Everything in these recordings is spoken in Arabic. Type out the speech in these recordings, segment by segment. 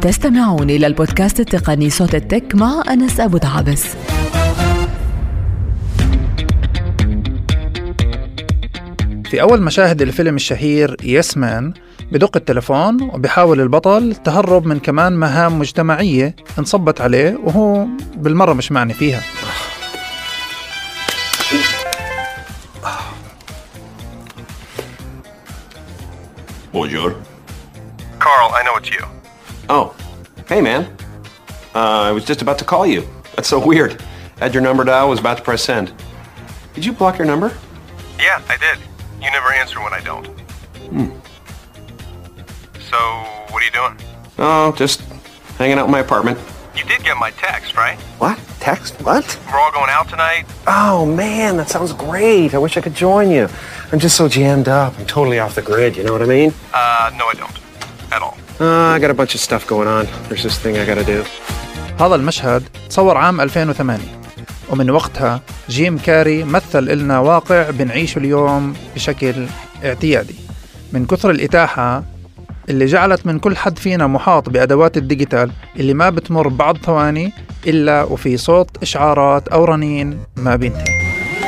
تستمعون إلى البودكاست التقني صوت التك مع أنس أبو دعابس. في أول مشاهد الفيلم الشهير يس مان بدق التلفون وبيحاول البطل التهرب من كمان مهام مجتمعية انصبت عليه وهو بالمرة مش معني فيها. Bonjour. Carl, I know it's you. Oh, hey man. I was just about to call you. That's so weird. Had your number dial, was about to press send. Did you block your number? Yeah, I did. You never answer when I don't. So, what are you doing? Oh, just hanging out in my apartment. You did get my text, right? What? Text? What? We're all going out tonight. Oh man, that sounds great. I wish I could join you. I'm just so jammed up. I'm totally off the grid, you know what I mean? No I don't. At all. I got a bunch of stuff going on. There's this thing I gotta do. هذا المشهد تصور عام 2008 ومن وقتها جيم كاري مثل إلنا واقع بنعيشه اليوم بشكل اعتيادي من كثر الإتاحة اللي جعلت من كل حد فينا محاط بأدوات الديجيتال اللي ما بتمر بعض ثواني إلا وفي صوت إشعارات أو رنين ما بينتهي.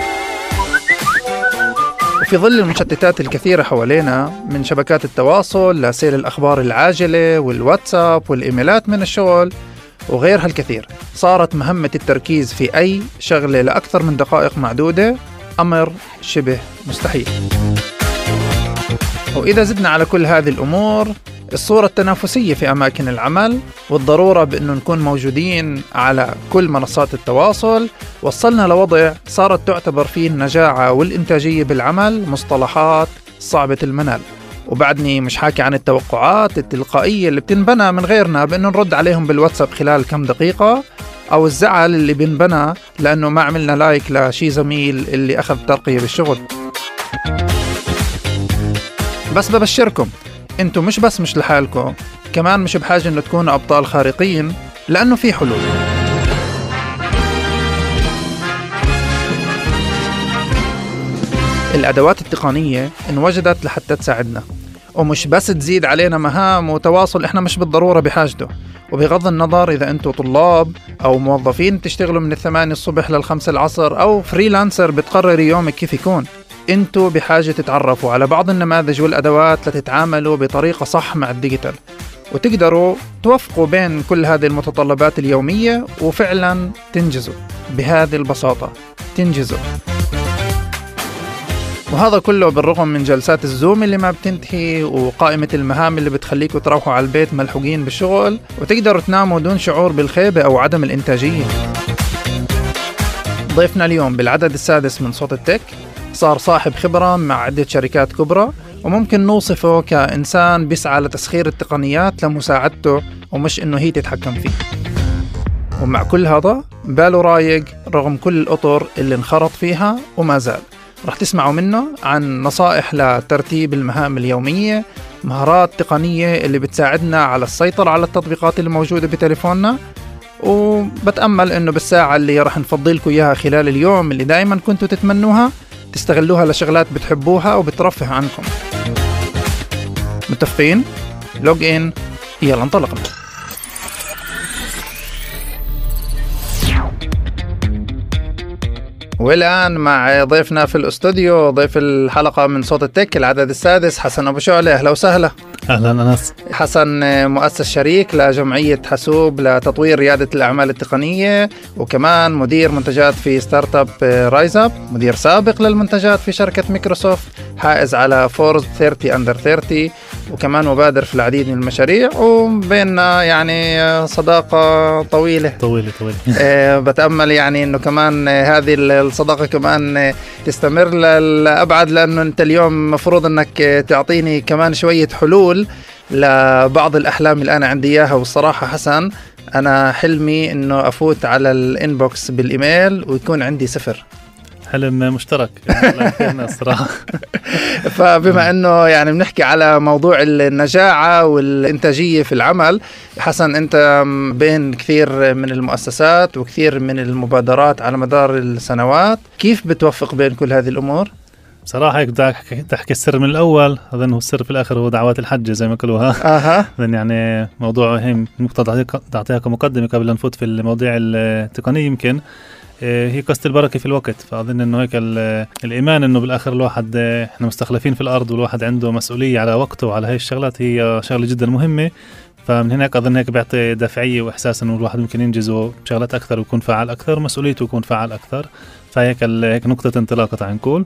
وفي ظل المشتتات الكثيرة حوالينا من شبكات التواصل لسيل الأخبار العاجلة والواتساب والإيميلات من الشغل وغيرها الكثير، صارت مهمة التركيز في أي شغلة لأكثر من دقائق معدودة أمر شبه مستحيل. وإذا زدنا على كل هذه الأمور الصورة التنافسية في أماكن العمل والضرورة بأنه نكون موجودين على كل منصات التواصل، وصلنا لوضع صارت تعتبر فيه النجاعة والإنتاجية بالعمل مصطلحات صعبة المنال. وبعدني مش حاكي عن التوقعات التلقائية اللي بتنبنى من غيرنا بأنه نرد عليهم بالواتساب خلال كم دقيقة، أو الزعل اللي بينبنى لأنه ما عملنا لايك لشي زميل اللي أخذ ترقية بالشغل. بس ببشركم انتوا مش بس مش لحالكم، كمان مش بحاجة انه تكونوا أبطال خارقين، لأنه في حلول. الأدوات التقنية انوجدت لحتى تساعدنا، ومش بس تزيد علينا مهام وتواصل احنا مش بالضرورة بحاجته. وبغض النظر إذا أنتوا طلاب أو موظفين تشتغلوا من 8 الصبح ل5 العصر أو فريلانسر بتقرري يومك كيف يكون، انتوا بحاجة تتعرفوا على بعض النماذج والأدوات لتتعاملوا بطريقة صح مع الديجيتال، وتقدروا توفقوا بين كل هذه المتطلبات اليومية وفعلا تنجزوا بهذه البساطة، تنجزوا. وهذا كله بالرغم من جلسات الزوم اللي ما بتنتهي وقائمة المهام اللي بتخليكوا تروحوا على البيت ملحوقين بالشغل وتقدروا تناموا دون شعور بالخيبة أو عدم الإنتاجية. ضيفنا اليوم بالعدد السادس من صوت التك صار صاحب خبرة مع عدة شركات كبرى، وممكن نوصفه كإنسان بيسعى لتسخير التقنيات لمساعدته ومش إنه هي تتحكم فيه. ومع كل هذا باله رايق رغم كل الأطر اللي انخرط فيها وما زال. رح تسمعوا منه عن نصائح لترتيب المهام اليومية، مهارات تقنية اللي بتساعدنا على السيطرة على التطبيقات اللي موجودة بتليفوننا، وبتأمل إنه بالساعة اللي رح نفضلكم إياها خلال اليوم اللي دايما كنتوا تتمنوها تستغلوها لشغلات بتحبوها وبترفه عنكم. متفقين؟ لوج إن، يلا انطلق. والآن مع ضيفنا في الأستوديو، ضيف الحلقة من صوت التك العدد السادس، حسن أبو شعلة. أهلا وسهلا. أهلا أنس. حسن مؤسس شريك لجمعية حاسوب لتطوير ريادة الأعمال التقنية، وكمان مدير منتجات في ستارت اب رايز اب، مدير سابق للمنتجات في شركة مايكروسوفت، حائز على فورز 30 أندر 30، وكمان مبادر في العديد من المشاريع، وبيننا يعني صداقة طويلة. بتأمل يعني أنه كمان هذه الصداقة كمان تستمر لأبعد، لأنه أنت اليوم مفروض أنك تعطيني كمان شوية حلول لبعض الأحلام اللي أنا عندي إياها. والصراحة حسن أنا حلمي أنه أفوت على الإنبوكس بالإيميل ويكون عندي 0. حلم مشترك الصراحة. فبما أنه يعني بنحكي على موضوع النجاعة والإنتاجية في العمل، حسن أنت بين كثير من المؤسسات وكثير من المبادرات على مدار السنوات، كيف بتوفق بين كل هذه الأمور؟ بصراحة هيك بدك تحكي السر من الأول. أظن هو السر في الآخر هو دعوات الحج زي ما قالوها. أظن يعني موضوع هي نقطة تعطيها كمقدمة قبل لا نفوت في المواضيع التقنية. يمكن هي قصة البركة في الوقت. فأظن إنه هيك الإيمان إنه بالآخر الواحد إحنا مستخلفين في الأرض والواحد عنده مسؤولية على وقته وعلى هاي الشغلات هي شغلة جدا مهمة. فمن هناك أظن هيك بيعطي دافعية وإحساس إنه الواحد ممكن ينجزه بشغلات أكثر ويكون فعال أكثر ومسؤوليته يكون فعال أكثر. فهيك هيك نقطة انطلاقة تعال نقول.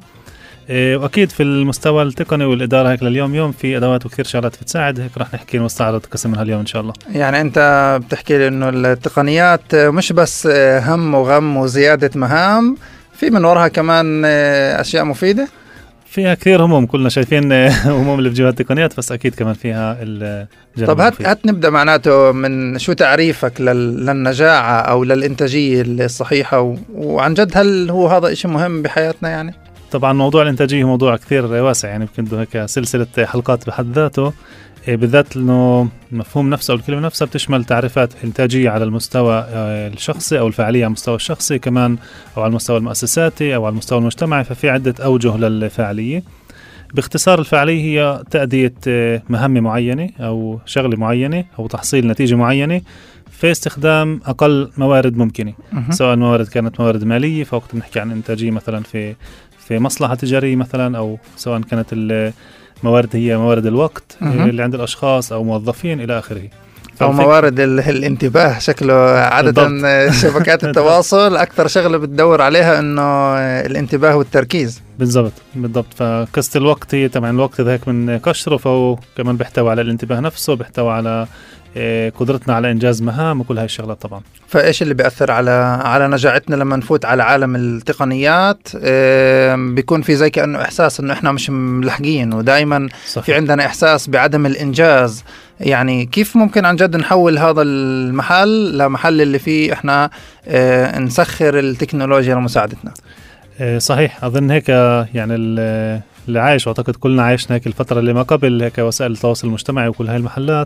وأكيد في المستوى التقني والإدارة هيك لليوم يوم في أدوات وكثير شغلات بتساعد. هيك رح نحكي ونستعرض قسم منها اليوم إن شاء الله. يعني أنت بتحكي لي إنه التقنيات مش بس هم وغم وزيادة مهام، في من وراها كمان أشياء مفيدة. فيها كثير هموم، كلنا شايفين هموم اللي بجوها التقنيات، بس أكيد كمان فيها الجانب. طب هات نبدأ معناته من شو تعريفك للنجاعة أو للإنتاجية الصحيحة، وعن جد هل هو هذا إشي مهم بحياتنا يعني؟ طبعا موضوع الإنتاجية موضوع كثير واسع، يعني يمكن هيك سلسلة حلقات بحد ذاته، بالذات إنه مفهوم نفسه أو الكلمة نفسها بتشمل تعريفات إنتاجية على المستوى الشخصي أو الفاعلية على المستوى الشخصي كمان، أو على المستوى المؤسساتي أو على المستوى المجتمعي. ففي عدة أوجه للفاعلية. باختصار الفاعلية هي تأدية مهمة معينة أو شغلة معينة أو تحصيل نتيجة معينة في استخدام أقل موارد ممكنة. سواء موارد كانت موارد مالية، فوقت بنحكي عن إنتاجية مثلا في مصلحة تجارية مثلا، أو سواء كانت الموارد هي موارد الوقت اللي عند الأشخاص أو موظفين إلى آخره، أو موارد الانتباه. شكله عادة شبكات التواصل أكثر شغلة بتدور عليها إنه الانتباه والتركيز. بالضبط. فقصة الوقت هي طبعا الوقت ذاك من قشره، فهو كمان بيحتوي على الانتباه نفسه، بيحتوي على قدرتنا على إنجاز مهام وكل هاي الشغلات طبعا. فإيش اللي بيأثر على نجاعتنا لما نفوت على عالم التقنيات؟ بيكون في زي كأنه إحساس إنه إحنا مش ملحقين، ودائما في عندنا إحساس بعدم الإنجاز. يعني كيف ممكن عن جد نحول هذا المحل لمحل اللي فيه إحنا نسخر التكنولوجيا لمساعدتنا؟ صحيح. أظن هيك يعني اللي عايش، وأعتقد كلنا عايشنا هيك الفترة اللي ما قبل هيك وسائل التواصل المجتمعي وكل هاي المحلات.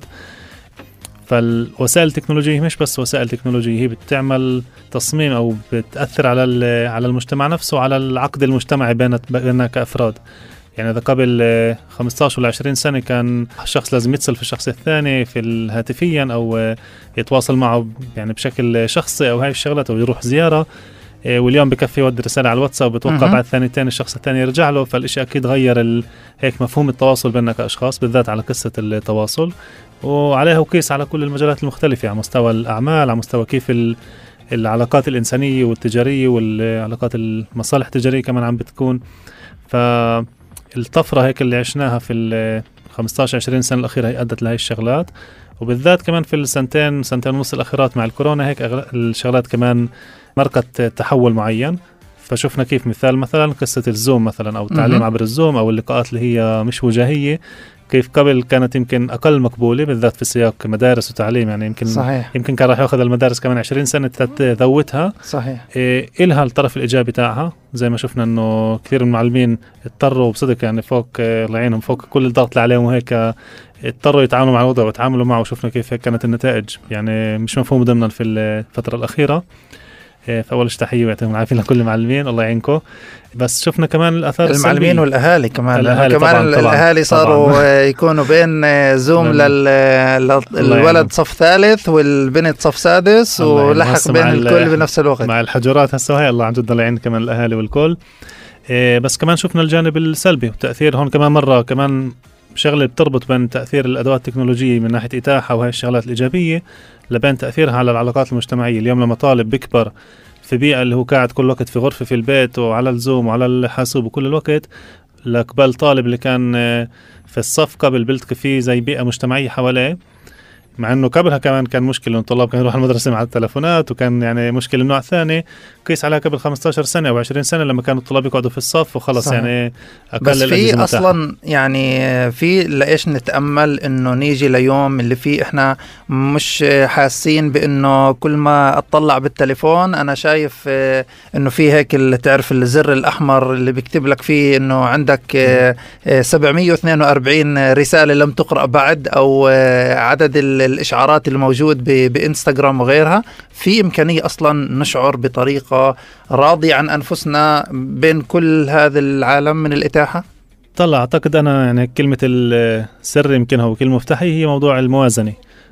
فالوسائل التكنولوجية مش بس وسائل تكنولوجية، هي بتعمل تصميم أو بتأثر على المجتمع نفسه وعلى العقد المجتمعي بيننا كأفراد. يعني إذا قبل 15 ولا 20 سنة كان الشخص لازم يتصل في الشخص الثاني في هاتفيا أو يتواصل معه يعني بشكل شخصي أو هاي الشغلات، أو يروح زيارة. واليوم بكفي يودي رسالة على الواتساب وبتوقع بعد ثانيتين الشخص الثاني يرجع له. فالإشي أكيد غير هيك مفهوم التواصل بيننا كأشخاص، بالذات على قصة التواصل، وعليها وقيس على كل المجالات المختلفة، على مستوى الأعمال، على مستوى كيف العلاقات الإنسانية والتجارية والعلاقات المصالح التجارية كمان عم بتكون. فالطفرة هيك اللي عشناها في 15-20 سنة الأخيرة هي أدت لهي الشغلات، وبالذات كمان في سنتين ونص الأخيرات مع الكورونا هيك الشغلات كمان مرقت تحول معين. فشوفنا كيف مثلا قصة الزوم مثلا، أو التعليم عبر الزوم، أو اللقاءات اللي هي مش وجاهية، كيف قبل كانت يمكن أقل مقبولة بالذات في سياق مدارس وتعليم. يعني يمكن كان راح يأخذ المدارس كمان 20 سنة تذوتها. صحيح. إلها الطرف الإيجابي تاعها، زي ما شفنا إنه كثير من المعلمين اضطروا بصدق يعني فوق لعينهم فوق كل الضغط اللي عليهم، وهيك اضطروا يتعاملوا مع الوضع ويتعاملوا معه، وشفنا كيف كانت النتائج يعني مش مفهوم ضمنا في الفترة الأخيرة. فأول تحية ويعطيهم العافية لكل المعلمين، الله يعينكم. بس شفنا كمان الأثار المعلمين والأهالي كمان. طبعاً الأهالي صاروا يكونوا بين زوم للولد صف ثالث والبنت صف سادس، ولحق بين الكل بنفس الوقت مع الحجرات هسه. هاي الله عن جد الله يعين كمان الأهالي والكل. بس كمان شفنا الجانب السلبي وتأثير هون كمان مرة كمان شغلة بتربط بين تأثير الأدوات التكنولوجية من ناحية إتاحة وهي الشغلات الإيجابية لبين تأثيرها على العلاقات المجتمعية. اليوم لما طالب بيكبر في بيئة اللي هو قاعد كل وقت في غرفة في البيت وعلى الزوم وعلى الحاسوب وكل الوقت، لقبل طالب اللي كان في الصف قبل بلتقي فيه زي بيئة مجتمعية حواليه، مع انه قبلها كمان كان مشكلة الطلاب كانوا يروحوا المدرسة مع التلفونات، وكان يعني مشكلة النوع الثاني. قيس عليها قبل 15 سنة او 20 سنة لما كانوا الطلاب يقعدوا في الصف وخلص. صحيح. يعني بس في اصلا يعني في لإيش نتأمل انه نيجي ليوم اللي فيه احنا مش حاسين بانه كل ما اطلع بالتليفون انا شايف انه في هيك اللي تعرف الزر الاحمر اللي بيكتب لك فيه انه عندك 742 رسالة لم تقرأ بعد، او عدد الإشعارات اللي موجود بإنستغرام وغيرها، في إمكانية أصلا نشعر بطريقة راضية عن أنفسنا بين كل هذا العالم من الإتاحة؟ طلع أعتقد أنا يعني كلمة السر يمكن هو كلمة مفتاحية، هي موضوع الموازنة.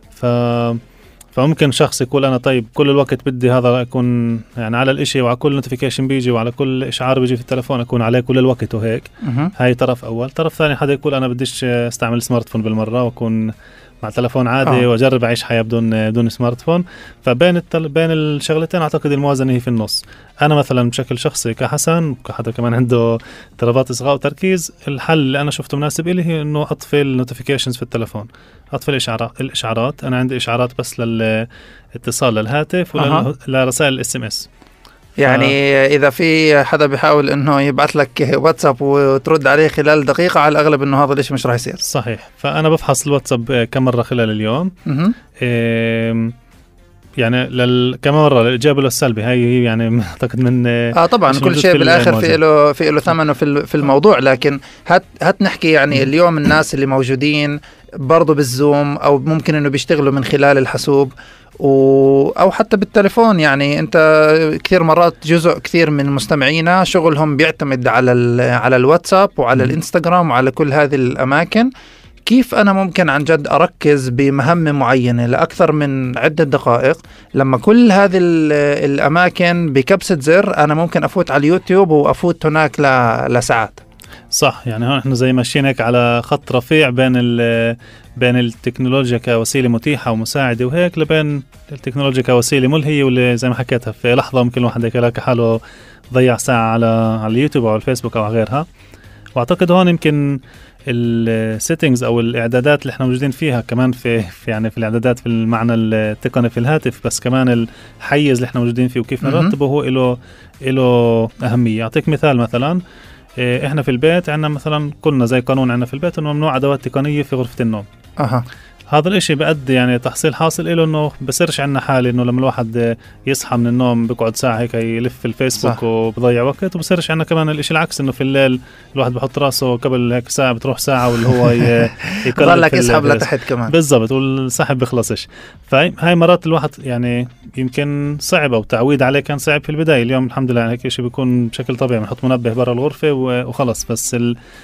فممكن شخص يقول أنا طيب كل الوقت بدي هذا أكون يعني على الإشي، وعلى كل نوتيفيكيشن بيجي وعلى كل إشعار بيجي في التلفون أكون عليه كل الوقت وهيك. هاي طرف أول. طرف ثاني حدا يقول أنا بديش استعمل سمارت فون بالمرة وأكون مع تلفون عادي وأجرب أعيش حياة بدون سمارت فون. فبين بين الشغلتين أعتقد الموازنة هي في النص. أنا مثلا بشكل شخصي كحسن كحدا كمان عنده اضطرابات إصغاء وتركيز، الحل اللي أنا شفته مناسب إلي هي إنه أطفي النوتيفيكيشنز في التلفون، أطفي الإشعارات. أنا عندي إشعارات بس للاتصال للهاتف ولرسائل SMS. يعني إذا في حدا بيحاول إنه يبعث لك واتساب وترد عليه خلال دقيقة، على الأغلب إنه هذا الإشي مش راح يصير. صحيح. فأنا بفحص الواتساب كم مرة خلال اليوم. يعني كم مرة الإجابة للسلبي هي يعني أعتقد من طبعا كل شيء بالآخر في له ثمنه في الموضوع. لكن هات نحكي يعني اليوم الناس اللي موجودين برضو بالزوم أو ممكن إنه بيشتغلوا من خلال الحاسوب أو حتى بالتليفون. يعني أنت كثير مرات جزء كثير من مستمعينا شغلهم بيعتمد على الواتساب وعلى الإنستغرام وعلى كل هذه الأماكن. كيف أنا ممكن عن جد أركز بمهمة معينة لأكثر من عدة دقائق لما كل هذه الأماكن بكبسة زر أنا ممكن أفوت على اليوتيوب وأفوت هناك لساعات؟ صح. يعني هون احنا زي ماشيين هيك على خط رفيع بين التكنولوجيا كوسيلة متيحة ومساعدة وهيك، لبين التكنولوجيا كوسيلة ملهية، واللي زي ما حكيتها في لحظة ممكن واحد يلاقي حاله ضيع ساعة على اليوتيوب أو على الفيسبوك أو على غيرها. وأعتقد هون يمكن السيتنجز أو الإعدادات اللي احنا موجودين فيها كمان في يعني في الإعدادات في المعنى التقني في الهاتف، بس كمان الحيز اللي احنا موجودين فيه وكيف نرتبه هو له أهمية. أعطيك مثلا احنا في البيت عندنا مثلا كنا زي قانون عندنا في البيت انه ممنوع ادوات تقنيه في غرفه النوم. هذا الاشي بأدي يعني تحصيل حاصل له انه بصيرش عندنا حالة انه لما الواحد يصحى من النوم بيقعد ساعة هيك يلف في الفيسبوك وبضيع وقت، وبصيرش عندنا كمان الاشي العكس انه في الليل الواحد بحط راسه قبل هيك ساعة بتروح ساعة واللي هو يقلب لك يسحب لتحت كمان. بالضبط، والسحب بيخلصش. فهاي مرات الواحد يعني يمكن صعب او تعويد عليه كان صعب في البداية. اليوم الحمد لله هيك شيء بيكون بشكل طبيعي، بنحط منبه برا الغرفة وخلص. بس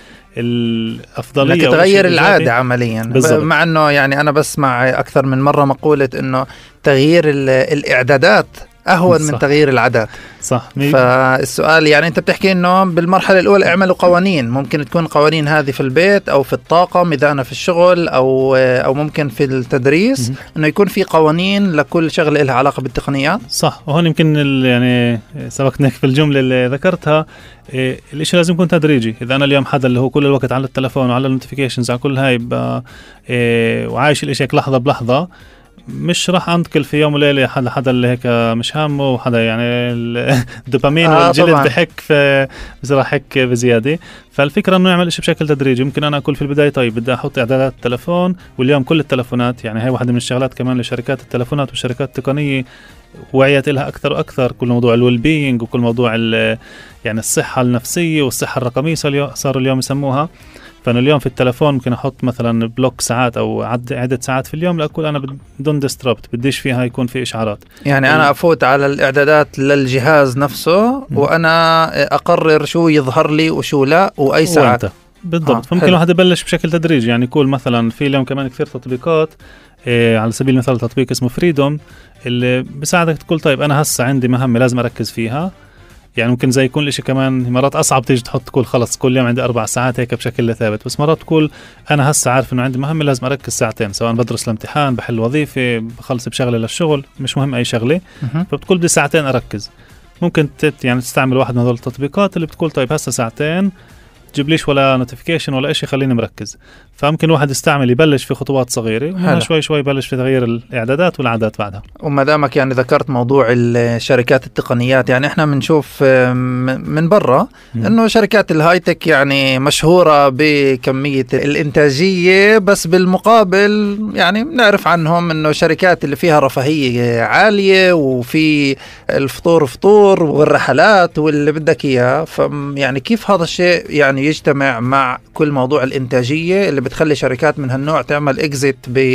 الأفضلية تغير العادة عمليا بالزبط. مع أنه يعني أنا بسمع أكثر من مرة مقولة أنه تغيير الإعدادات أهون من تغيير العادات. صح. فالسؤال يعني أنت بتحكي أنه بالمرحلة الأولى اعملوا قوانين، ممكن تكون قوانين هذه في البيت أو في الطاقم إذا أنا في الشغل أو ممكن في التدريس، أنه يكون في قوانين لكل شغلة لها علاقة بالتقنيات. صح. وهون يمكن يعني سبقتناك في الجملة اللي ذكرتها، الاشي لازم يكون تدريجي. اذا انا اليوم حدا اللي هو كل الوقت على التلفون وعلى النوتيفيكيشنز على كل هاي وعايش الاشي لحظة بلحظة، مش راح انتقل في يوم وليلة حدا اللي هيك مش هامه، وحدا يعني الدوبامين والجلد بحك بصير حك بزيادة. فالفكرة انه نعمل اشي بشكل تدريجي. ممكن انا اقول في البداية طيب بدي احط اعدادات التلفون، واليوم كل التلفونات يعني هاي واحدة من الشغلات كمان لشركات التلفونات والشركات التقنية وعيت لها أكثر وأكثر، كل موضوع الويل بينج وكل موضوع يعني الصحة النفسية والصحة الرقمية صاروا اليوم يسموها. فأنا اليوم في التلفون ممكن أحط مثلا بلوك ساعات أو عدة ساعات في اليوم لأقول أنا بدون ديستربت، بديش فيها يكون في إشعارات. يعني أنا أفوت على الإعدادات للجهاز نفسه وأنا أقرر شو يظهر لي وشو لا وأي ساعات بالضبط. فممكن الواحد يبلش بشكل تدريجي، يعني يقول مثلا في اليوم كمان كثير تطبيقات على سبيل المثال تطبيق اسمه فريدوم اللي بساعدك تقول طيب أنا هسه عندي مهمة لازم أركز فيها. يعني ممكن زي يكون الاشي كمان مرات أصعب تيجي تحط تقول خلص كل يوم عندي 4 ساعات هيك بشكل ثابت، بس مرات تقول أنا هسه عارف إنه عندي مهمة لازم أركز ساعتين، سواء بدرس الامتحان بحل وظيفة بخلص بشغلة للشغل مش مهم أي شغلة، فبتقول بدي ساعتين أركز. ممكن يعني تستعمل واحد من هذول التطبيقات اللي بتقول طيب هسه ساعتين تجيبليش ولا نوتيفيكيشن ولا إشي خليني مركز. فممكن واحد يستعمل يبلش في خطوات صغيرة ومنها شوي شوي يبلش في تغيير الإعدادات والعادات بعدها. وما دامك يعني ذكرت موضوع الشركات التقنيات، يعني احنا بنشوف من برا انه شركات الهايتك يعني مشهورة بكمية الانتاجية، بس بالمقابل يعني بنعرف عنهم انه شركات اللي فيها رفاهية عالية وفي الفطور فطور والرحلات واللي بدك اياه. يعني كيف هذا الشيء يعني يجتمع مع كل موضوع الانتاجية اللي بتخلي شركات من هالنوع تعمل اكزيت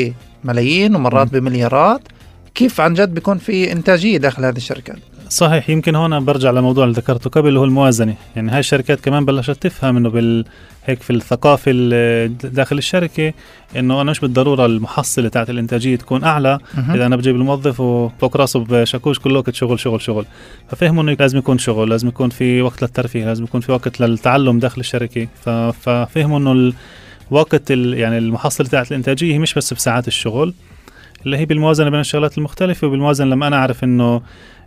ملايين ومرات بمليارات. كيف عن جد بيكون في إنتاجية داخل هذه الشركات؟ صحيح. يمكن هون برجع لموضوع اللي ذكرته قبل اللي هو الموازنة. يعني هاي الشركات كمان بلشت تفهم إنه هيك في الثقافة داخل الشركة إنه أنا مش بالضرورة المحصلة تاعت الإنتاجية تكون أعلى إذا أنا بجيب الموظف وفوق راسه بشاكوش كل وقت شغل شغل شغل. ففهموا إنه لازم يكون شغل، لازم يكون في وقت للترفيه، لازم يكون في وقت للتعلم داخل الشركة. ففهموا إنه الوقت يعني المحصلة تاعت الإنتاجية هي مش بس بساعات الشغل اللي هي بالموازنة بين الشغلات المختلفة، وبالموازنة لما أنا أعرف إنه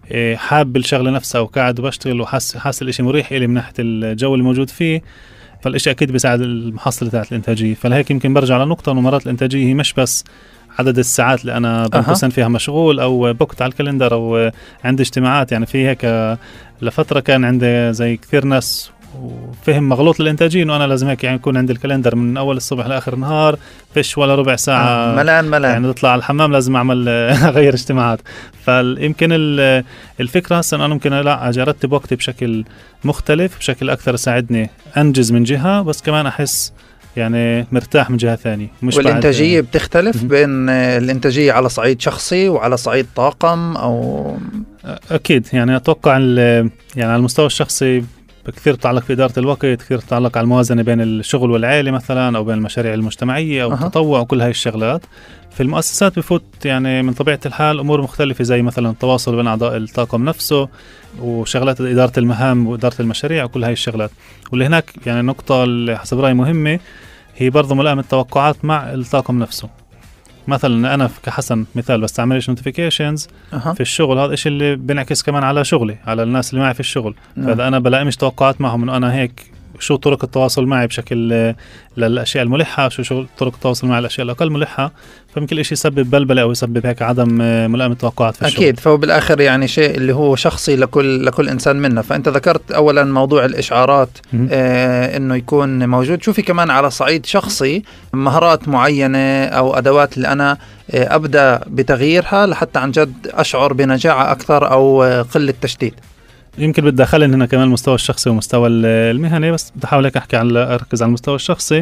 حاب الشغلة نفسها وقاعد وبشتغل وحاس الاشي مريح إلي من ناحية الجو الموجود فيه، فالاشي أكيد بيساعد المحصلة تاعت الإنتاجية. فلهيك يمكن برجع لنقطة إنه مرات الإنتاجية هي مش بس عدد الساعات اللي أنا بنقصن فيها مشغول أو بوقت على الكالندر أو عندي اجتماعات. يعني في هيك لفترة كان عندي زي كثير ناس وفهم مغلوط للإنتاجية إنه أنا لازم هيك يعني يكون عندي الكالندر من أول الصبح لآخر النهار فيش ولا ربع ساعة ملان يعني تطلع على الحمام لازم أعمل أغير اجتماعات. فيمكن الفكرة هسه أنا ممكن لا أجي أرتب وقتي بشكل مختلف بشكل أكثر يساعدني أنجز من جهة، بس كمان أحس يعني مرتاح من جهة ثانية. والإنتاجية بتختلف بين الإنتاجية على صعيد شخصي وعلى صعيد طاقم أو أكيد. يعني أتوقع يعني على المستوى الشخصي كثير تتعلق في إدارة الوقت، كثير تتعلق على الموازنة بين الشغل والعائلة مثلا أو بين المشاريع المجتمعية أو التطوع وكل هاي الشغلات. في المؤسسات بفوت يعني من طبيعة الحال أمور مختلفة زي مثلا التواصل بين أعضاء الطاقم نفسه وشغلات إدارة المهام وإدارة المشاريع وكل هاي الشغلات. واللي هناك يعني نقطة اللي حسب رأيي مهمة هي برضو ملائمة التوقعات مع الطاقم نفسه. مثلا أنا كحسن مثال بستعملش نوتيفيكيشنز في الشغل، هذا الشيء اللي بنعكس كمان على شغلي على الناس اللي معي في الشغل. فإذا أنا بلائمش توقعات معهم إنه أنا هيك شو طرق التواصل معي بشكل للأشياء الملحة، شو طرق التواصل مع الأشياء الأقل ملحة، فممكن الإشي يسبب بلبلة أو يسبب هيك عدم ملائمة توقعات في الشغل. أكيد. فهو بالآخر يعني شيء اللي هو شخصي لكل إنسان منا. فأنت ذكرت أولا موضوع الإشعارات إنه يكون موجود. شوفي كمان على صعيد شخصي مهارات معينة أو أدوات اللي أنا أبدأ بتغييرها لحتى عن جد أشعر بنجاعة أكثر أو قلة تشتيت. يمكن بدي أدخل هنا كمان المستوى الشخصي ومستوى المهني، بس بدي أحاول أحكي أركز على المستوى الشخصي.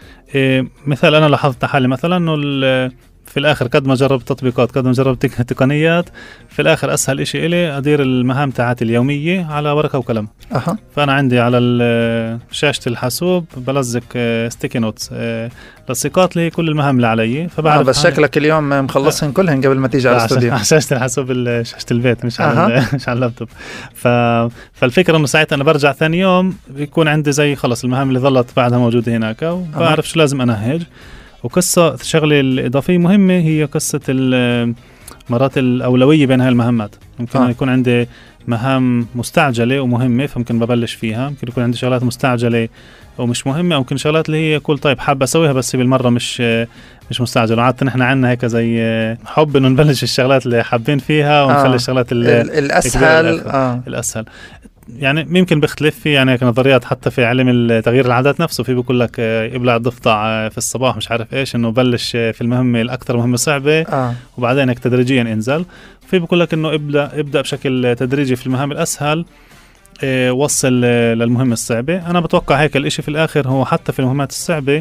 مثال أنا لاحظت حالي مثلا إنه في الآخر قد ما جربت تطبيقات قد ما جربت تقنيات، في الآخر أسهل إشي إلي أدير المهام تاعتي اليومية على ورقة وقلم. فأنا عندي على شاشة الحاسوب بلزق ستيكي نوتس لصقات لي كل المهام اللي علي. فبعرف بس شكلك اليوم مخلصهن كلهن قبل ما تيجي على الاستوديو. على شاشة الحاسوب شاشة البيت مش على اللابتوب. فالفكرة إنه ساعتها أنا برجع ثاني يوم بيكون عندي زي خلص المهام اللي ظلت بعدها موجودة هناك وبعرف شو لازم أنهج. وقصة الشغلة الإضافية مهمة هي قصة مرات الأولوية بين هاي المهمات. ممكن يكون عندي مهام مستعجلة ومهمة فممكن ببلش فيها، ممكن يكون عندي شغلات مستعجلة ومش مهمة، أو ممكن شغلات اللي هي كل طيب حابة أسويها بس بالمرة مش مستعجلة. وعادة نحن عنا هيك زي حب إنه نبلش الشغلات اللي حابين فيها ونخلي الشغلات الأسهل. يعني ممكن بيختلف في يعني نظريات حتى في علم تغيير العادات نفسه، في بيقول لك ابلع الضفدع في الصباح مش عارف ايش، انه بلش في المهمه الاكثر مهمه صعبه وبعدين هيك تدريجيا انزل. في بيقول لك انه ابدا بشكل تدريجي في المهام الاسهل وصل للمهمه الصعبه. انا بتوقع هيك الاشي في الاخر هو حتى في المهمات الصعبه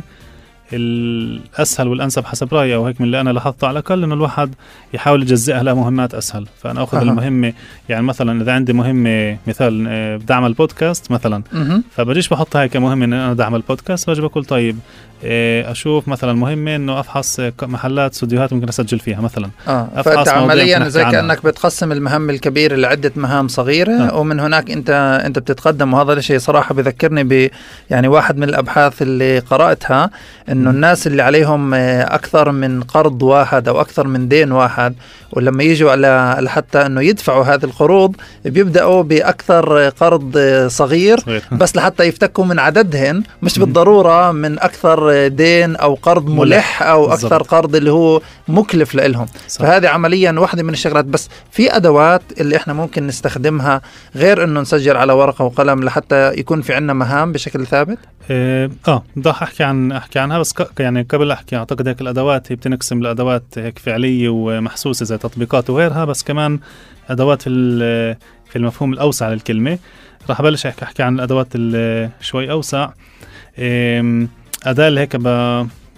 الأسهل والأنسب حسب رأيي أو هيك من اللي أنا لاحظته على الأقل إنه الواحد يحاول يجزئها لمهمات أسهل. فأنا أخذ المهمة يعني مثلا إذا عندي مهمة مثال بدي أعمل بودكاست مثلا فبجيش بحطها هيك مهمة إن أنا بدي أعمل بودكاست، بجي بقول طيب أشوف مثلا مهمة إنه أفحص محلات استوديوهات ممكن أسجل فيها مثلا. فأنت عمليا زي كأنك بتقسم المهام الكبيرة لعدة مهام صغيرة ومن هناك أنت بتتقدم. وهذا الشيء صراحة بذكرني يعني واحد من الأبحاث اللي قرأتها إنه الناس اللي عليهم أكثر من قرض واحد أو أكثر من دين واحد ولما يجوا على حتى إنه يدفعوا هذه القروض بيبدأوا بأكثر قرض صغير بس لحتى يفتكوا من عددهن، مش بالضرورة من أكثر دين أو قرض ملح أو أكثر بالزبط. قرض اللي هو مكلف لهم. فهذه عمليا واحدة من الشغلات. بس في أدوات اللي إحنا ممكن نستخدمها غير إنه نسجل على ورقة وقلم لحتى يكون في عنا مهام بشكل ثابت. بدي أحكي عنها بس يعني قبل أحكي أعتقد هيك الأدوات هي بتنقسم لأدوات هيك فعلية ومحسوسة زي تطبيقات وغيرها، بس كمان أدوات في المفهوم الأوسع للكلمة. راح أبلش أحكي عن الأدوات شوي أوسع. أداة اللي هيك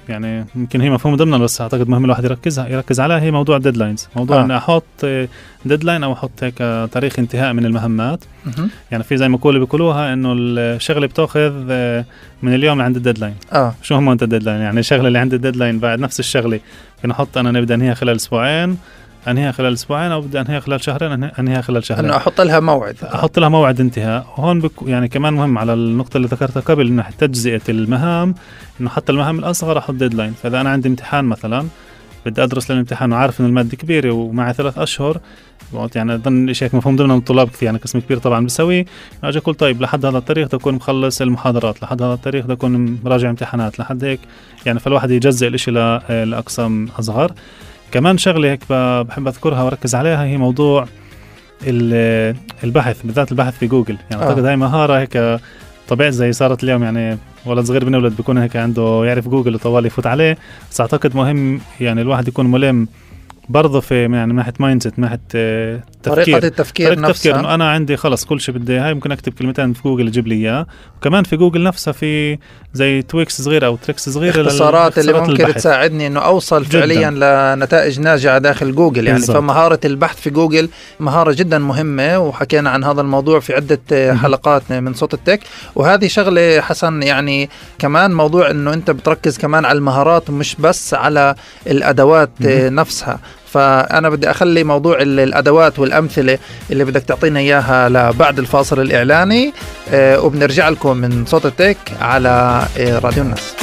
يعني يمكن هي مفهوم ضمنا، بس اعتقد مهم الواحد يركز عليها، هي موضوع الديدلاينز. موضوع ان احط ديدلاين او احط هيك تاريخ انتهاء من المهمات. يعني في زي ما بيقولوها انه الشغله بتاخذ من اليوم عند الديدلاين. شو هم انت الديدلاين؟ يعني الشغله اللي عند الديدلاين بعد نفس الشغله فينا احط انا نبدا انهيها خلال اسبوعين، انهيها خلال اسبوعين، او بدي انهيها خلال شهرين، انهيها خلال شهرين. انه احط لها موعد انتهاء. وهون يعني كمان مهم على النقطه اللي ذكرتها قبل، انه تجزئه المهام، انه حتى المهام الاصغر احط ديدلاين. فاذا انا عندي امتحان مثلا بدي ادرس للامتحان وعارف ان الماده كبيره ومعي 3 أشهر، يعني اظن شيء مفهوم ضمن الطلاب كثير، يعني قسم كبير طبعا بسوي، اجي اقول طيب لحد هذا التاريخ بدي اكون مخلص المحاضرات، لحد هذا التاريخ بدي اكون مراجع امتحانات، لحد هيك يعني. فالواحد يجزئ الاشي لاقسام اصغر. كمان شغله هيك بحب اذكرها واركز عليها، هي موضوع البحث، بالذات البحث في جوجل. يعني اعتقد هاي مهاره هيك طبيعي زي صارت اليوم، يعني ولد صغير بنولد بيكون هيك عنده يعرف جوجل وطوال يفوت عليه. بس اعتقد مهم يعني الواحد يكون ملم برضه في يعني من ناحيه مايند سيت، من ناحيه طريقه التفكير نفسها. انه انا عندي خلص كل شيء بدي هاي ممكن اكتب كلمتين في جوجل يجيب لي اياه. وكمان في جوجل نفسها في زي تويكس صغيره او تريكس صغيره، الاختصارات اللي ممكن البحث تساعدني انه اوصل جداً فعليا لنتائج ناجعه داخل جوجل. يعني بالزبط. فمهاره البحث في جوجل مهاره جدا مهمه، وحكينا عن هذا الموضوع في عده حلقات من صوت التك. وهذه شغله حسن، يعني كمان موضوع انه انت بتركز كمان على المهارات مش بس على الادوات نفسها. فأنا بدي أخلي موضوع الأدوات والأمثلة اللي بدك تعطينا إياها لبعد الفاصل الإعلاني، وبنرجع لكم من صوت التك على راديو الناس.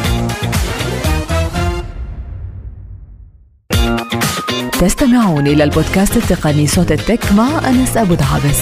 تستمعون إلى البودكاست التقني صوت التك مع أنس أبو دعابس.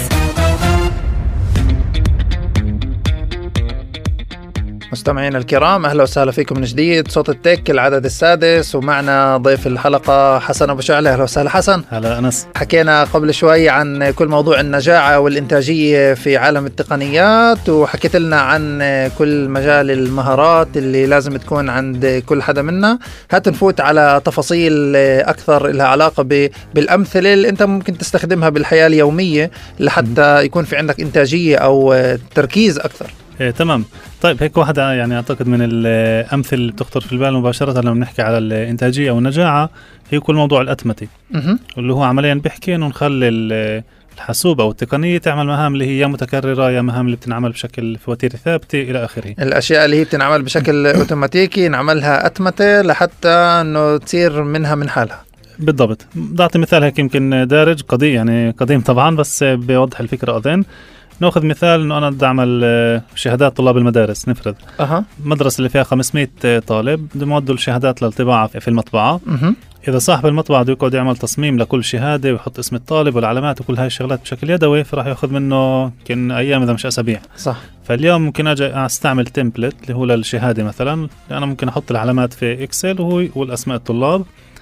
مستمعين الكرام، أهلا وسهلا فيكم من جديد. صوت التك العدد السادس، ومعنا ضيف الحلقة حسن أبو شعلة. أهلا وسهلا حسن. هلا أنس. حكينا قبل شوي عن كل موضوع النجاعة والإنتاجية في عالم التقنيات، وحكيت لنا عن كل مجال المهارات اللي لازم تكون عند كل حدا منا. هات نفوت على تفاصيل أكثر لها علاقة بالأمثلة اللي أنت ممكن تستخدمها بالحياة اليومية لحتى يكون في عندك إنتاجية أو تركيز أكثر. تمام. طيب هيك واحدة يعني أعتقد من الأمثلة اللي بتخطر في البال مباشرة لما نحكي على الإنتاجية أو النجاعة، هي كل موضوع الأتمتة، اللي هو عمليا بيحكي إنه نخلي الحاسوب أو التقنية تعمل مهام اللي هي متكررة، يا مهام اللي بتنعمل بشكل فواتير ثابتة إلى آخره. الأشياء اللي هي بتنعمل بشكل أوتوماتيكي نعملها أتمتة لحتى إنه تصير منها من حالها. بالضبط. بعطي مثال هيك يمكن دارج قديم، يعني قديم طبعا، بس بيوضح الفكرة أظن. ناخذ مثال انه انا بدي اعمل شهادات طلاب المدارس. نفرض مدرسه اللي فيها 500 طالب بدهم يودوا الشهادات للطباعه في المطبعه. اذا صاحب المطبعه بده يقعد يعمل تصميم لكل شهاده ويحط اسم الطالب والعلامات وكل هاي الشغلات بشكل يدوي، فراح ياخذ منه يمكن ايام اذا مش اسابيع. صح. فاليوم ممكن اجي استعمل تمبلت اللي هو للشهاده مثلا، انا ممكن احط العلامات في اكسل وهو والاسماء الطلاب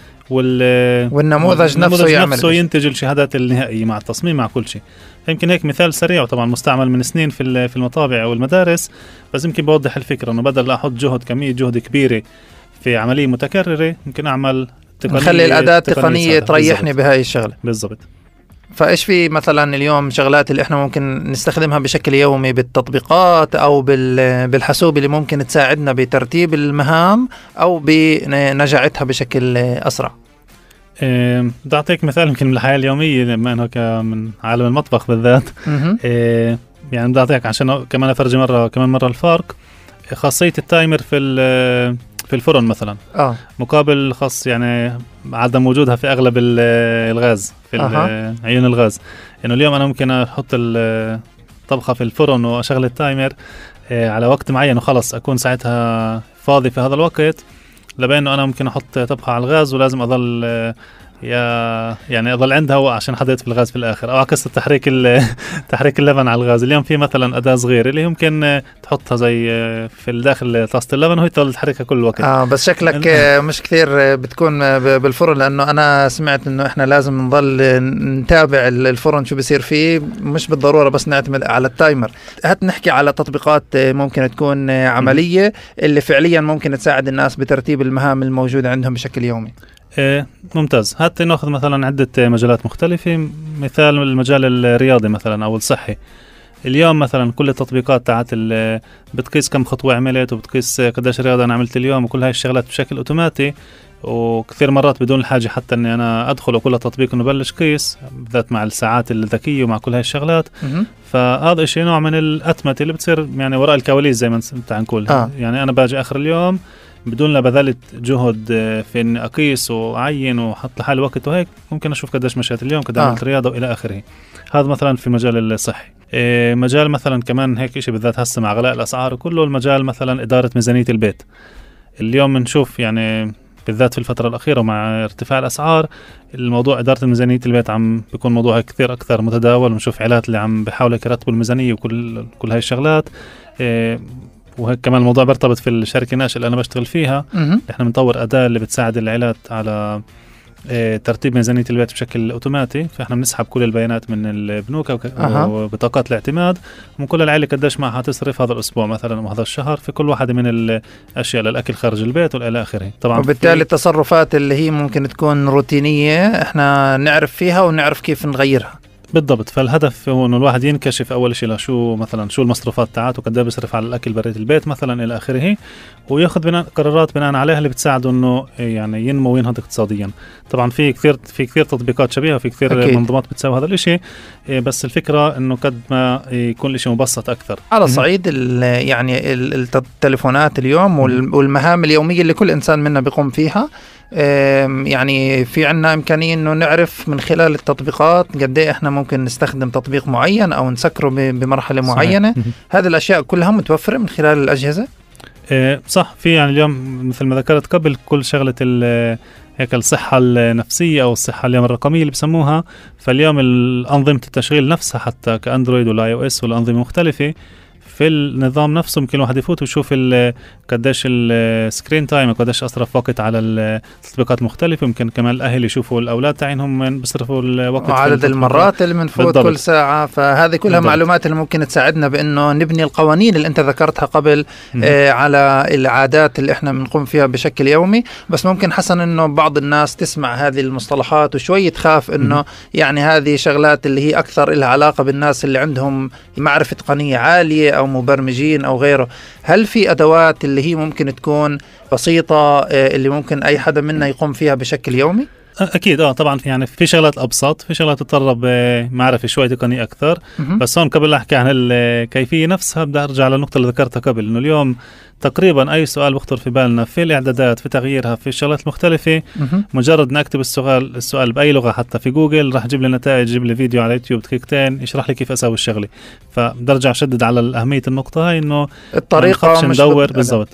والنموذج نفسه ينتج الشهادات النهائية مع التصميم مع كل شيء. يمكن هيك مثال سريع، وطبعا مستعمل من سنين في المطابع أو المدارس، بس يمكن بوضح الفكرة إنه بدل لا أحط كمية جهد كبيرة في عملية متكررة، ممكن أعمل نخلي الأداة التقنية تريحني بهاي الشغلة. بالضبط. فإيش في مثلا اليوم شغلات اللي إحنا ممكن نستخدمها بشكل يومي بالتطبيقات أو بالحاسوب اللي ممكن تساعدنا بترتيب المهام أو بنجاعتها بشكل أسرع؟ بدي أعطيك مثال يمكن من الحياة اليومية، لما أنا من عالم المطبخ بالذات. يعني بدي أعطيك عشان كمان أفرج كمان مرة الفرق. خاصية التايمر في الفرن مثلا مقابل خاص يعني عدم وجودها في أغلب الغاز في عيون الغاز. يعني اليوم أنا ممكن أحط الطبخة في الفرن وأشغل التايمر على وقت معين وخلص أكون ساعتها فاضي في هذا الوقت، لبينه أنا ممكن أحط طبخة على الغاز ولازم أظل يعني أظل عندها هواء عشان حضرت في الغاز في الآخر، أو عكس تحريك اللبن على الغاز. اليوم في مثلا أداة صغيرة اللي يمكن تحطها زي في الداخل طاسة اللبن وهي تظل تحركها كل وقت. بس شكلك مش كثير بتكون بالفرن، لأنه أنا سمعت إنه إحنا لازم نظل نتابع الفرن شو بيصير فيه، مش بالضرورة بس نعتمد على التايمر. هات نحكي على تطبيقات ممكن تكون عملية اللي فعليا ممكن تساعد الناس بترتيب المهام الموجودة عندهم بشكل يومي. ممتاز. حتى نأخذ مثلا عدة مجالات مختلفة. مثال المجال الرياضي مثلا أو الصحي، اليوم مثلا كل التطبيقات تاعت بتقيس كم خطوة عملت، وبتقيس قديش رياضة أنا عملت اليوم، وكل هاي الشغلات بشكل أوتوماتي، وكثير مرات بدون الحاجة حتى أني أنا أدخل وكل تطبيق إنه بلش قيس، بالذات مع الساعات الذكية ومع كل هاي الشغلات. فهذا شيء نوع من الأتمتة اللي بتصير يعني وراء الكواليس زي ما نقول. يعني أنا باجي آخر اليوم بدون لا بذلت جهد في إني أقيس وأعين وحط لحالي وقت وهيك، ممكن أشوف قديش مشيت اليوم، قد عملت رياضة وإلى آخره. هذا مثلا في مجال الصحي. مجال مثلا كمان هيك إشي بالذات هسه مع غلاء الأسعار وكله، المجال مثلا إدارة ميزانية البيت. اليوم نشوف يعني بالذات في الفترة الأخيرة مع ارتفاع الأسعار، الموضوع إدارة ميزانية البيت عم بيكون موضوع كثير أكثر متداول، ونشوف عائلات اللي عم بيحاولوا يرتبوا الميزانية وكل هاي الشغلات. وهيك كمان الموضوع بيرتبط في الشركة الناشئة اللي أنا بشتغل فيها. إحنا بنطور أداة اللي بتساعد العائلات على ترتيب ميزانية البيت بشكل أوتوماتي. فإحنا بنسحب كل البيانات من البنوك وبطاقات الاعتماد، ومن كل العائلة قديش معها تصرف هذا الأسبوع مثلا وهذا الشهر في كل واحدة من الأشياء للأكل خارج البيت والى آخره. طبعا وبالتالي التصرفات اللي هي ممكن تكون روتينية إحنا نعرف فيها ونعرف كيف نغيرها. بالضبط. فالهدف هو انه الواحد ينكشف اول شيء لشو مثلا شو المصروفات تاعته، قد ايه بيصرف على الاكل بريت البيت مثلا الى اخره، وياخذ قرارات بناء عليها اللي بتساعده انه يعني ينمو وينهض اقتصاديا. طبعا في كثير تطبيقات شبيهه، في كثير منظمات بتساوي هذا الشيء، بس الفكره انه قد ما يكون الشيء مبسط اكثر. على صعيد يعني التليفونات اليوم والمهام اليوميه اللي كل انسان منا بيقوم فيها، يعني في عنا إمكانية إنه نعرف من خلال التطبيقات قد إيه إحنا ممكن نستخدم تطبيق معين أو نسكره بمرحلة معينة. هذه الأشياء كلها متوفرة من خلال الأجهزة. صح. في يعني اليوم مثل ما ذكرت قبل كل شغلة هيك الصحة النفسية أو الصحة اليوم الرقمية اللي بسموها، فاليوم الأنظمة التشغيل نفسها حتى كأندرويد والآي أو إس والأنظمة مختلفة في النظام نفسه، ممكن الواحد يفوت ويشوف قديش السكرين تايم، قديش أصرف وقت على التطبيقات المختلفة. ممكن كمان الأهل يشوفوا الأولاد تاعينهم من بيصرفوا الوقت وعدد المرات اللي بنفوت كل ساعة. فهذه كلها معلومات اللي ممكن تساعدنا بأنه نبني القوانين اللي أنت ذكرتها قبل على العادات اللي إحنا بنقوم فيها بشكل يومي. بس ممكن حسن أنه بعض الناس تسمع هذه المصطلحات وشوي تخاف أنه يعني هذه شغلات اللي هي أكثر لها علاقة بالناس اللي عندهم معرفة تقنية عالية أو مبرمجين أو غيره. هل في أدوات اللي هي ممكن تكون بسيطة اللي ممكن أي حدا منا يقوم فيها بشكل يومي؟ أكيد طبعا. يعني في شغلات أبسط، في شغلات تتطلب معرفة شوي تقنية أكثر. بس هون قبل أحكي عن الكيفية نفسها بدي أرجع للنقطة اللي ذكرتها قبل، إنه اليوم تقريبا أي سؤال بخطر في بالنا في الإعدادات في تغييرها في الشغلات المختلفة، مجرد نكتب السؤال بأي لغة حتى في جوجل راح يجيب لي نتائج، يجيب لي فيديو على يوتيوب دقيقتين يشرح لي كيف أسوي الشغلة. فبدي أرجع أشدد على أهمية النقطة هاي، إنه الطريقة مش ندور بالضبط.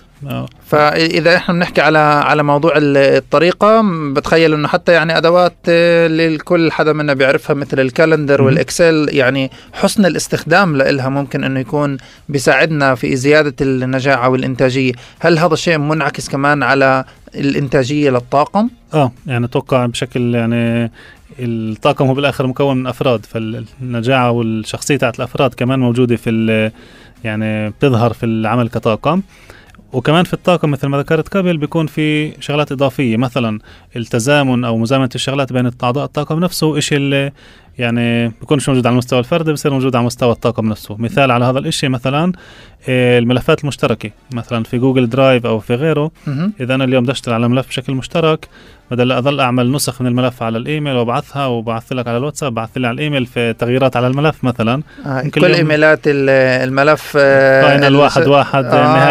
فإذا إحنا بنحكي على موضوع الطريقة، بتخيل إنه حتى يعني أدوات للكل حدا منا بيعرفها مثل الكالندر والإكسل، يعني حسن الاستخدام لإلها ممكن إنه يكون بيساعدنا في زيادة النجاعة والإنتاجية. هل هذا الشيء منعكس كمان على الإنتاجية للطاقم؟ يعني أتوقع بشكل يعني الطاقم هو بالآخر مكون من أفراد، فالنجاعة والشخصية تاعت الأفراد كمان موجودة في يعني بتظهر في العمل كطاقم. وكمان في الطاقم مثل ما ذكرت قبل بيكون في شغلات إضافية، مثلا التزامن أو مزامنة الشغلات بين أعضاء الطاقم نفسه، إشي اللي يعني بيكونش موجود على المستوى الفردي بيصير موجود على مستوى الطاقم نفسه. مثال على هذا الإشي مثلا الملفات المشتركة مثلا في جوجل درايف أو في غيره. إذا أنا اليوم بدي أشتغل على ملف بشكل مشترك، بدل أظل أعمل نسخ من الملف على الإيميل وبعثها وبعث لك على الواتساب، بعث لي على الإيميل في تغييرات على الملف مثلا. كل إيميلات الملف فاينل 1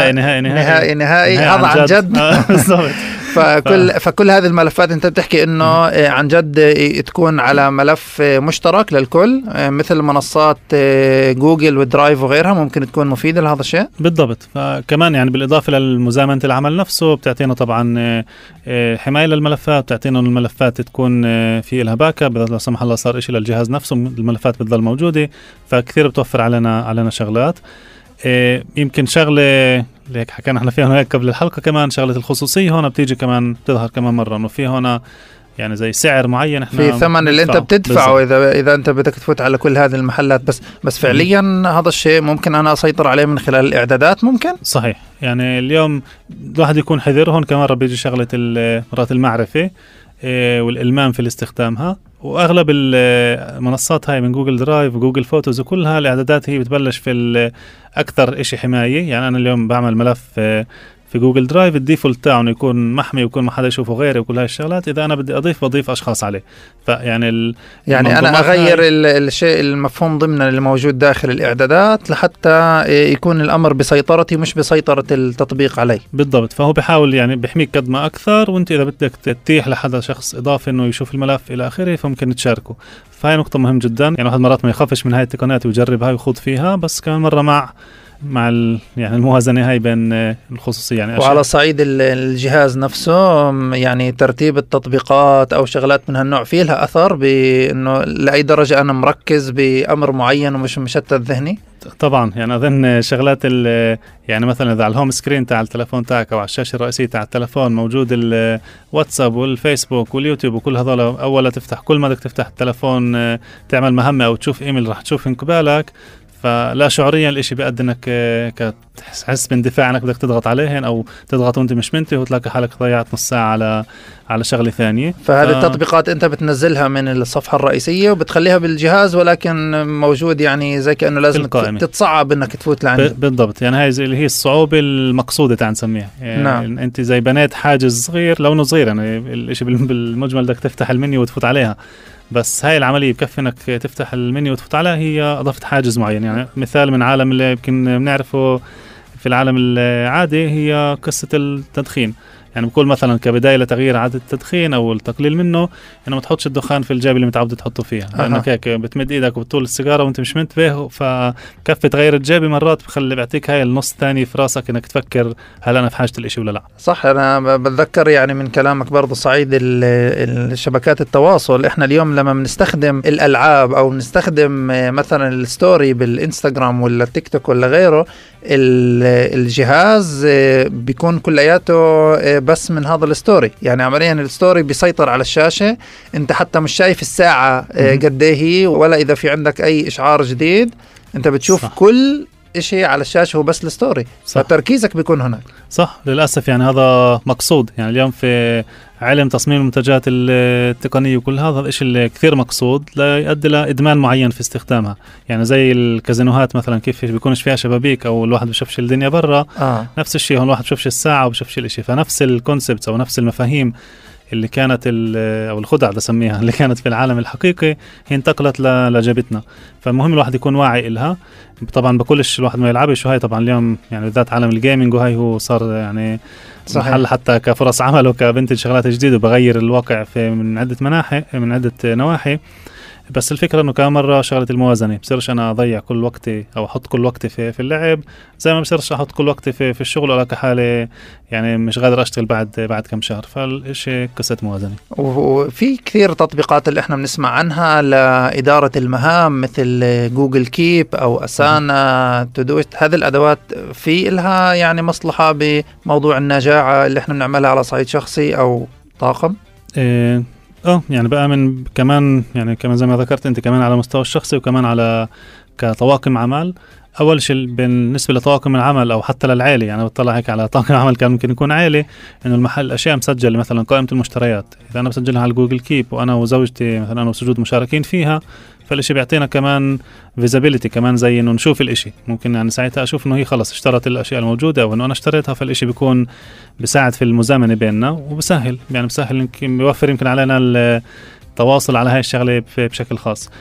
نهائي هذا عن جد. فكل هذه الملفات أنت بتحكي إنه عن جد تكون على ملف مشترك للكل، مثل منصات جوجل ودرايف وغيرها، ممكن تكون مفيدة لهذا الشيء. بالضبط. فكمان يعني بالإضافة للمزامنة العمل نفسه بتعطينا طبعا حماية للملفات، بتعطينا الملفات تكون في لها باك اب، إذا لا سمح الله صار إشي للجهاز نفسه الملفات بتضل موجودة، فكثير بتوفر علينا شغلات. يمكن شغلة اللي هيك حكينا احنا فيها هيك قبل الحلقة، كمان شغلة الخصوصية هون بتيجي كمان بتظهر كمان مرة، انه في هون يعني زي سعر معين احنا في ثمن اللي انت بتدفعه اذا انت بدك تفوت على كل هذه المحلات. بس فعليا هذا الشيء ممكن انا اسيطر عليه من خلال الاعدادات. ممكن صحيح. يعني اليوم الواحد يكون حذر. هون كمان بيجي شغلة مرات المعرفة والإلمام في استخدامها. واغلب المنصات هاي من جوجل درايف وجوجل فوتوز وكلها الاعدادات هي بتبلش في اكثر شيء حمايه. يعني انا اليوم بعمل ملف في جوجل درايف الديفولت تاعه انه يكون محمي ويكون ما حدا يشوفه غيري وكل هاي الشغلات. اذا انا بدي بضيف اشخاص عليه. فيعني يعني انا اغير الشيء المفهوم ضمن اللي موجود داخل الاعدادات لحتى يكون الامر بسيطرتي مش بسيطرة التطبيق علي. بالضبط. فهو بيحاول يعني بيحميك قد ما اكثر، وانت اذا بدك تتيح لحدا شخص اضافي انه يشوف الملف الى اخره فممكن تشاركه. فهي نقطة مهم جدا. يعني واحد مرات ما يخافش من هاي التقنيات ويجرب هاي ويخوض فيها، بس كمان مرة مع يعني الموازنة هاي بين الخصوصية. يعني وعلى صعيد الجهاز نفسه يعني ترتيب التطبيقات أو شغلات من هالنوع فيه لها أثر بأنه لأي درجة أنا مركز بأمر معين ومش مشتت ذهني. طبعا يعني أظن شغلات يعني مثلا إذا على الهوم سكرين تاع التلفون تاعك أو على الشاشة الرئيسية تاع التلفون موجود الواتساب والفيسبوك واليوتيوب وكل هذول، أولا تفتح كل ما بدك تفتح التلفون تعمل مهمة أو تشوف إيميل راح تشوف من قبالك، فلا شعوريا الاشي بيؤدي انك كتحس باندفاع انك بدك تضغط عليهن او تضغط وانت مش منتبه وتلاقي حالك ضيعت نص ساعة على شغلة ثانية. فهذه التطبيقات انت بتنزلها من الصفحة الرئيسية وبتخليها بالجهاز، ولكن موجود يعني زي كأنه لازم تتصعب انك تفوت لعنده. بالضبط. يعني هاي اللي هي الصعوبة المقصودة تعال نسميها. يعني نعم. انت زي بنيت حاجز صغير لونه صغير، يعني الاشي بالمجمل بدك تفتح المنيو وتفوت عليها، بس هاي العملية بكفي انك تفتح المنيو وتفوت عليها، هي اضافت حاجز معين. يعني مثال من عالم اللي يمكن بنعرفه في العالم العادي هي قصة التدخين. يعني بقول مثلا كبداية لتغيير عادة التدخين او التقليل منه انه ما تحطش الدخان في الجيب اللي متعود تحطه فيها، لانك هيك بتمد ايدك وبتطول السيجارة وانت مش منتبه، فكفي تغير الجيب مرات بيعطيك هاي النص الثاني في راسك انك تفكر هل انا في حاجة الاشي ولا لا. صح. انا بتذكر يعني من كلامك برضو صعيد الشبكات التواصل، احنا اليوم لما بنستخدم الالعاب او بنستخدم مثلا الستوري بالانستغرام ولا التيك توك ولا غيره، الجهاز بيكون كلياته بس من هذا الستوري. يعني عمليا الستوري بيسيطر على الشاشة، انت حتى مش شايف الساعة قد ايه هي، ولا اذا في عندك اي اشعار جديد انت بتشوف صح. كل اشي على الشاشة هو بس الستوري، فتركيزك بيكون هناك. صح. للأسف يعني هذا مقصود. يعني اليوم في علم تصميم المنتجات التقنية وكل هذا الاشي اللي كثير مقصود لا يؤدي لإدمان معين في استخدامها. يعني زي الكازينوهات مثلا كيف بيكونش فيها شبابيك او الواحد بيشوفش الدنيا برا، نفس الشيء هون الواحد بيشوفش الساعة وبيشوفش الاشي. فنفس الكونسبت او نفس المفاهيم اللي كانت او الخدع بسميها اللي كانت في العالم الحقيقي هي انتقلت لجيبتنا. فمهم الواحد يكون واعي إلها. طبعا بقولش الواحد ما يلعبش، وهي طبعا اليوم يعني بالذات عالم الجيمنج وهي هو صار يعني صحيح. محل حتى كفرص عمل وكبنتج شغلات جديدة وبغير الواقع من عدة نواحي. بس الفكرة انه كمان مرة شغلة الموازنة، بصيرش انا اضيع كل وقتي او احط كل وقتي في اللعب زي ما بصيرش احط كل وقتي في الشغل، ولا كحالة يعني مش قادر اشتغل بعد كم شهر. فالشيء قصة موازنة. وفي كثير تطبيقات اللي احنا بنسمع عنها لإدارة المهام مثل جوجل كيب او اسانا تودويست. هذه الادوات في لها يعني مصلحة بموضوع النجاعة اللي احنا بنعملها على صعيد شخصي او طاقم؟ يعني بقى من كمان يعني كمان زي ما ذكرت انت كمان على مستوى الشخصي وكمان على كطواقم عمل. اول شيء بالنسبه لطواقم العمل او حتى للعائله، يعني بطلع هيك على طاقم عمل كان ممكن يكون عائله، انه المحل الاشياء مسجله مثلا قائمه المشتريات اذا انا بسجلها على جوجل كيب وانا وزوجتي مثلا انا وسجود مشاركين فيها، فالاشي بيعطينا كمان فيزابيليتي كمان زي انه نشوف الاشي. ممكن يعني ساعتها اشوف انه هي خلص اشترت الاشياء الموجوده او انه انا اشتريتها، فالاشي بيكون بيساعد في المزامنه بيننا وبسهل يعني بسهل يمكن بيوفر يمكن علينا التواصل على هاي الشغله بشكل خاص.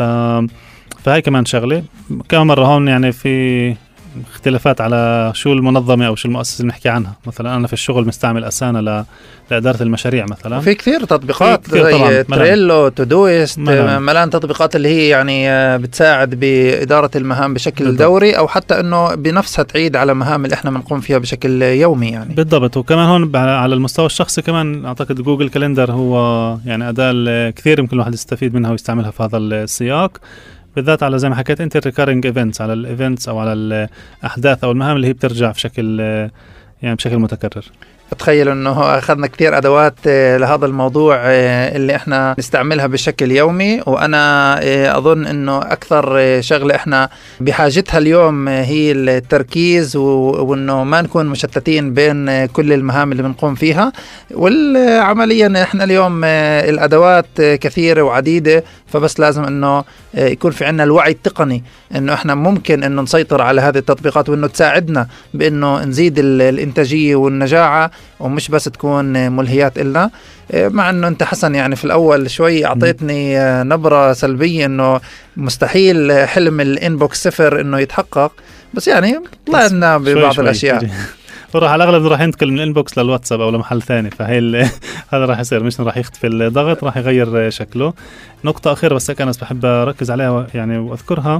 فهي كمان شغله. كمان مره هون يعني في اختلافات على شو المنظمة أو شو المؤسسة اللي نحكي عنها. مثلا أنا في الشغل مستعمل أسانا لإدارة المشاريع مثلا. وفي كثير تطبيقات زي تريلو تودويست ملان تطبيقات اللي هي يعني بتساعد بإدارة المهام بشكل بالضبط. دوري أو حتى أنه بنفسها تعيد على مهام اللي احنا بنقوم فيها بشكل يومي يعني. بالضبط. وكمان هون على المستوى الشخصي كمان أعتقد جوجل كالندر هو يعني أداة كثير يمكن الواحد يستفيد منها ويستعملها في هذا السياق، بالذات على زي ما حكيت انت الريكارينج ايفنتس، على الايفنتس او على الاحداث او المهام اللي هي بترجع بشكل متكرر. بتخيل أنه أخذنا كثير أدوات لهذا الموضوع اللي إحنا نستعملها بشكل يومي. وأنا أظن أنه أكثر شغلة إحنا بحاجتها اليوم هي التركيز، وأنه ما نكون مشتتين بين كل المهام اللي بنقوم فيها. والعمليا إحنا اليوم الأدوات كثيرة وعديدة، فبس لازم أنه يكون في عنا الوعي التقني أنه إحنا ممكن أنه نسيطر على هذه التطبيقات، وأنه تساعدنا بأنه نزيد الإنتاجية والنجاعة، ومش بس تكون ملهيات إلنا. مع أنه أنت حسن يعني في الأول شوي أعطيتني نبرة سلبية أنه مستحيل حلم الإنبوكس 0 أنه يتحقق، بس يعني طلعنا ببعض الأشياء. وراح على الأغلب راح ينتقل من الإنبوكس للواتساب أو لمحل ثاني، فهي هذا راح يصير، مش راح يختفي الضغط، راح يغير شكله. نقطة أخيرة بس هيك أنا بحب أركز عليها يعني وأذكرها،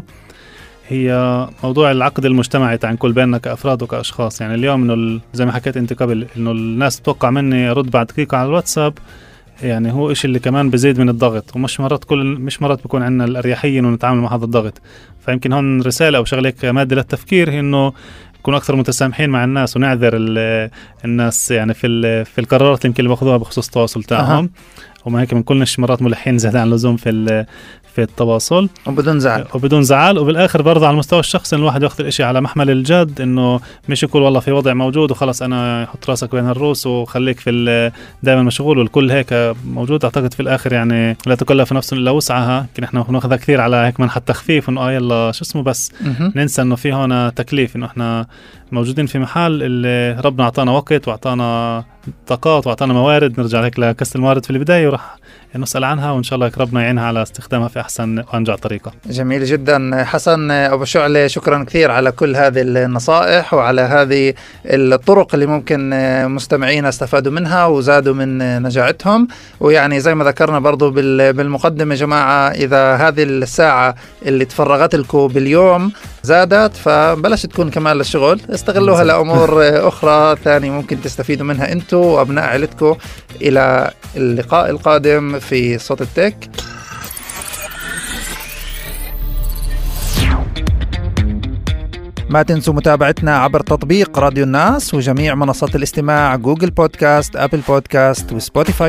هي موضوع العقد المجتمعي عن كل بيننا كأفراد وكأشخاص. يعني اليوم إنه زي ما حكيت أنت قبل، إنه الناس تتوقع مني أرد بعد دقيقة على الواتساب، يعني هو إشي اللي كمان بزيد من الضغط، ومش مرات بيكون عندنا الأريحية إنه نتعامل مع هذا الضغط. فيمكن هون رسالة أو شغلة مادة للتفكير هي إنه نكون أكثر متسامحين مع الناس، ونعذر الناس يعني في القرارات يمكن اللي بأخذوها بخصوص التواصل تاعهم. وما هيك بنكونش مرات ملحين زيادة عن اللزوم في التواصل، وبدون زعل. وبالآخر برضه على المستوى الشخصي الواحد يأخذ الاشي على محمل الجد، انه مش يقول والله في وضع موجود وخلص انا يحط راسك بين الروس وخليك دائما مشغول والكل هيك موجود. اعتقد في الاخر يعني لا تكلف نفس الا وسعها. يمكن احنا بناخذها كثير على هيك منحى التخفيف، انه يلا شو اسمه، بس ننسى انه في هنا تكليف، انه احنا موجودين في محل اللي ربنا اعطانا وقت واعطانا طاقات واعطانا موارد. نرجع هيك لكسر الموارد في البداية وراح نسأل عنها، وإن شاء الله ربنا يعينها على استخدامها في أحسن وأنجع طريقة. جميل جدا حسن أبو شعلة، شكرا كثير على كل هذه النصائح وعلى هذه الطرق اللي ممكن مستمعين استفادوا منها وزادوا من نجاعتهم. ويعني زي ما ذكرنا برضو بالمقدمة يا جماعة، إذا هذه الساعة اللي تفرغت لكم باليوم زادت، فبلاش تكون كمان للشغل، استغلوها لأمور أخرى ثانية ممكن تستفيدوا منها أنتوا وأبناء عائلتكم. إلى اللقاء القادم في صوت التك. ما تنسوا متابعتنا عبر تطبيق راديو الناس وجميع منصات الاستماع، جوجل بودكاست، أبل بودكاست وسبوتيفاي.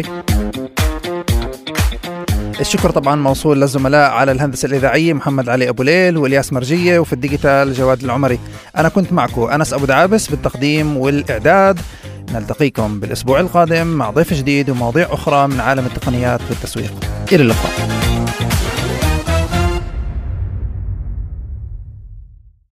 الشكر طبعا موصول للزملاء على الهندسة الإذاعية محمد علي أبو ليل والياس مرجية، وفي الديجيتال جواد العمري. أنا كنت معكم أنس أبو دعابس بالتقديم والإعداد. نلتقيكم بالأسبوع القادم مع ضيف جديد ومواضيع أخرى من عالم التقنيات والتسويق. إلى اللقاء.